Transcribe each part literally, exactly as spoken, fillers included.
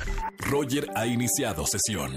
Roger ha iniciado sesión.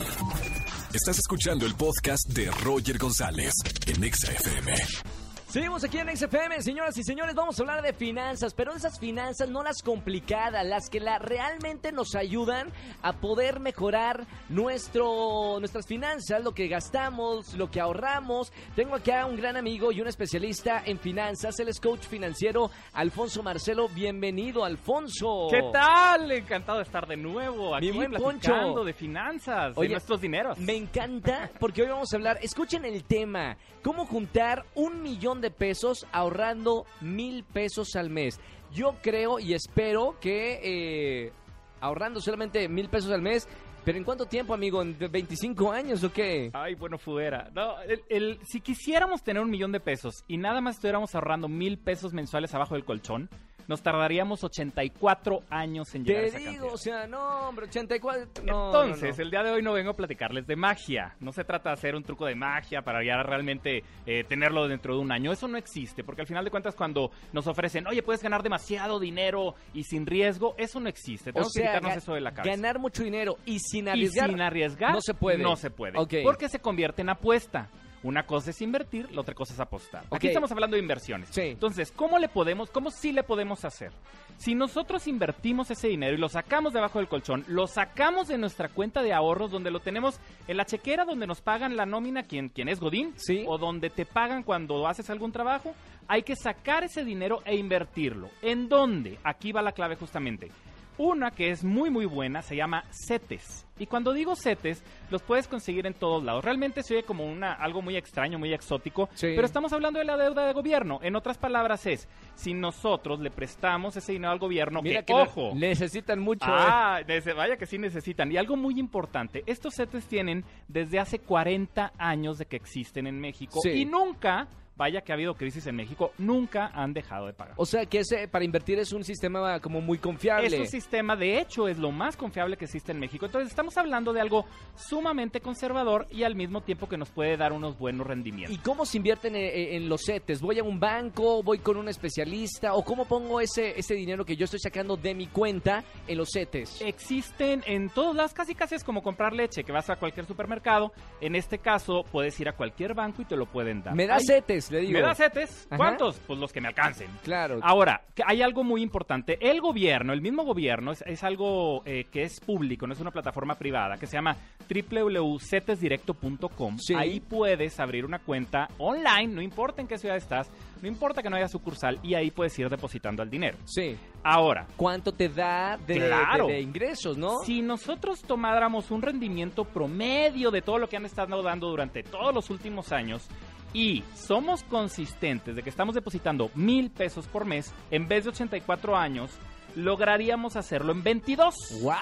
Estás escuchando el podcast de Roger González en Exa F M. Seguimos aquí en Exa F M, señoras y señores, vamos a hablar de finanzas, pero de esas finanzas no las complicadas, las que la, realmente nos ayudan a poder mejorar nuestro, nuestras finanzas, lo que gastamos, lo que ahorramos. Tengo aquí a un gran amigo y un especialista en finanzas, él es coach financiero, Alfonso Marcelo. Bienvenido, Alfonso. ¿Qué tal? Encantado de estar de nuevo aquí Mi buen platicando Poncho. de finanzas, Oye, de nuestros dineros. Me encanta porque hoy vamos a hablar, escuchen el tema, cómo juntar un millón de pesos ahorrando mil pesos al mes. Yo creo y espero que eh, ahorrando solamente mil pesos al mes, pero ¿en cuánto tiempo, amigo? ¿En veinticinco años o qué? Ay, bueno, fuera. No, el, el, si quisiéramos tener un millón de pesos y nada más estuviéramos ahorrando mil pesos mensuales abajo del colchón, nos tardaríamos ochenta y cuatro años en llegar Te a esa digo, cantidad. o sea, no, hombre, ochenta y cuatro... No, Entonces, no, no. el día de hoy no vengo a platicarles de magia. No se trata de hacer un truco de magia para ya realmente eh, tenerlo dentro de un año. Eso no existe, porque al final de cuentas cuando nos ofrecen, oye, puedes ganar demasiado dinero y sin riesgo, eso no existe. Tenemos O sea, que quitarnos ga- eso de la cabeza. ganar mucho dinero y sin Y arriesgar... sin arriesgar, no se puede. No se puede. Ok. Porque se convierte en apuesta. Una cosa es invertir, la otra cosa es apostar. Ok. Aquí estamos hablando de inversiones. Sí. Entonces, ¿cómo le podemos, cómo sí le podemos hacer? Si nosotros invertimos ese dinero y lo sacamos debajo del colchón, lo sacamos de nuestra cuenta de ahorros, donde lo tenemos en la chequera, donde nos pagan la nómina, quien, quien es Godín, Sí. o donde te pagan cuando haces algún trabajo, hay que sacar ese dinero e invertirlo. ¿En dónde? Aquí va la clave justamente. Una que es muy muy buena se llama CETES. Y cuando digo CETES, los puedes conseguir en todos lados. Realmente se oye como una, algo muy extraño, muy exótico, Sí. pero estamos hablando de la deuda de gobierno. En otras palabras es, si nosotros le prestamos ese dinero al gobierno, Mira que, que ojo, ne- necesitan mucho. ah, nece- vaya que sí necesitan. Y algo muy importante, estos CETES tienen desde hace cuarenta años de que existen en México Sí. y nunca... Vaya que ha habido crisis en México, nunca han dejado de pagar. O sea, que ese para invertir es un sistema como muy confiable. Es un sistema, de hecho, es lo más confiable que existe en México. Entonces, estamos hablando de algo sumamente conservador y al mismo tiempo que nos puede dar unos buenos rendimientos. ¿Y cómo se invierten en, en los CETES? ¿Voy a un banco? ¿Voy con un especialista? ¿O cómo pongo ese, ese dinero que yo estoy sacando de mi cuenta en los CETES? Existen en todos lados, casi casi es como comprar leche, que vas a cualquier supermercado. En este caso, puedes ir a cualquier banco y te lo pueden dar. Me da Hay- CETES, le digo. ¿Me da CETES? Ajá. ¿Cuántos? Pues los que me alcancen. Claro. Ahora, que hay algo muy importante. El gobierno, el mismo gobierno, es, es algo eh, que es público, no es una plataforma privada, que se llama doble u doble u doble u punto cetes directo punto com. Sí. Ahí puedes abrir una cuenta online, no importa en qué ciudad estás, no importa que no haya sucursal, y ahí puedes ir depositando el dinero. Sí. Ahora, ¿Cuánto te da de, Claro. de- de ingresos, no? si nosotros tomáramos un rendimiento promedio de todo lo que han estado dando durante todos los últimos años y somos consistentes de que estamos depositando mil pesos por mes en vez de ochenta y cuatro años, lograríamos hacerlo en veintidós. ¡Wow!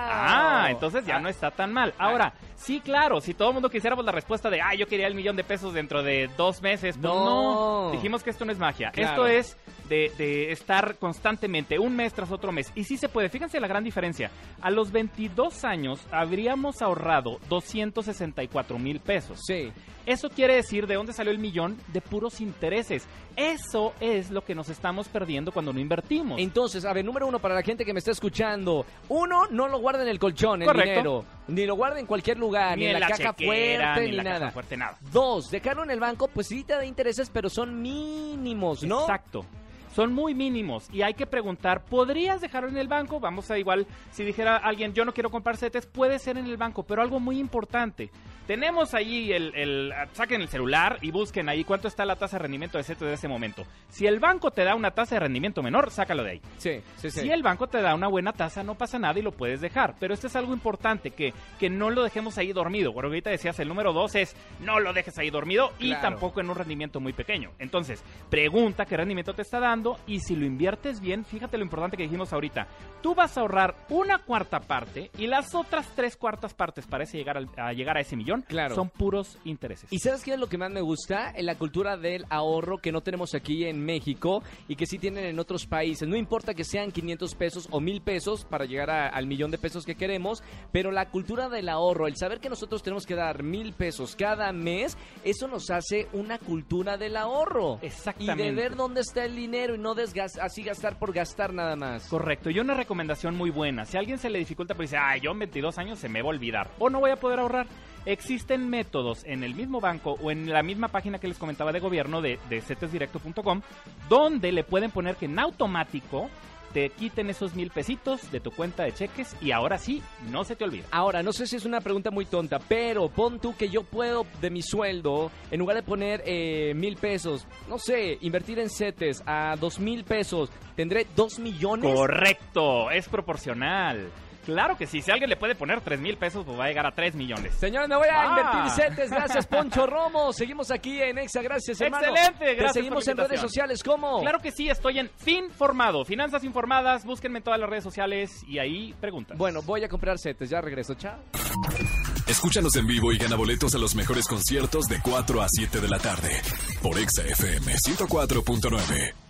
Ah, entonces ya Ah, no está tan mal. Ahora, sí, claro, si todo el mundo quisiéramos la respuesta de, ah, yo quería el millón de pesos dentro de dos meses, pues No. no. Dijimos que esto no es magia. Claro. Esto es de, de estar constantemente, un mes tras otro mes. Y sí se puede. Fíjense la gran diferencia. A los veintidós años habríamos ahorrado doscientos sesenta y cuatro mil pesos. Sí. Eso quiere decir de dónde salió el millón de puros intereses. Eso es lo que nos estamos perdiendo cuando no invertimos. Entonces, a ver, número uno, para la gente que me está escuchando. Uno, no lo guarden en el colchón, el Correcto. dinero. Ni lo guarden en cualquier lugar, ni, en la, caja chequera, fuerte, ni ni, en la nada. caja fuerte, nada. Dos, dejarlo en el banco, pues sí te da intereses, pero son mínimos, ¿no? Exacto. Son muy mínimos y hay que preguntar, ¿podrías dejarlo en el banco? Vamos a igual, si dijera alguien, yo no quiero comprar CETES, puede ser en el banco, pero algo muy importante. Tenemos ahí el, el, saquen el celular y busquen ahí cuánto está la tasa de rendimiento de CETES de ese momento. Si el banco te da una tasa de rendimiento menor, sácalo de ahí. Sí, sí, sí. Si el banco te da una buena tasa, no pasa nada y lo puedes dejar. Pero esto es algo importante, que, que no lo dejemos ahí dormido. Bueno, ahorita decías, el número dos es, no lo dejes ahí dormido y Claro. tampoco en un rendimiento muy pequeño. Entonces, pregunta qué rendimiento te está dando y si lo inviertes bien, fíjate lo importante que dijimos ahorita. Tú vas a ahorrar una cuarta parte y las otras tres cuartas partes para ese llegar al- a llegar a ese millón inversión, Claro. son puros intereses. ¿Y sabes qué es lo que más me gusta? En la cultura del ahorro que no tenemos aquí en México y que sí tienen en otros países. No importa que sean quinientos pesos o mil pesos para llegar a- al millón de pesos que queremos, pero la cultura del ahorro, el saber que nosotros tenemos que dar mil pesos cada mes, eso nos hace una cultura del ahorro. Exactamente. Y de ver dónde está el dinero y no desgas- así gastar por gastar nada más. Correcto, y una recomendación muy buena. Si a alguien se le dificulta, pues dice, ay, yo en veintidós años se me va a olvidar o no voy a poder ahorrar. Existen métodos en el mismo banco o en la misma página que les comentaba de gobierno de, de cetesdirecto punto com donde le pueden poner que en automático te quiten esos mil pesitos de tu cuenta de cheques y ahora sí, no se te olvida. Ahora, no sé si es una pregunta muy tonta, pero pon tú que yo puedo de mi sueldo, en lugar de poner eh, mil pesos, no sé, invertir en CETES a dos mil pesos, ¿tendré dos millones? Correcto, es proporcional. Claro que sí, si alguien le puede poner tres mil pesos, pues va a llegar a tres millones. Señores, me voy a Ah. invertir CETES. Gracias, Poncho Romo. Seguimos aquí en Exa. Gracias, hermano. Excelente, Te gracias seguimos por en la redes invitación. sociales, ¿cómo? Claro que sí, estoy en Finformado, Finanzas Informadas, búsquenme en todas las redes sociales y ahí preguntan. Bueno, voy a comprar CETES. Ya regreso. Chao. Escúchanos en vivo y gana boletos a los mejores conciertos de cuatro a siete de la tarde por Exa F M ciento cuatro punto nueve.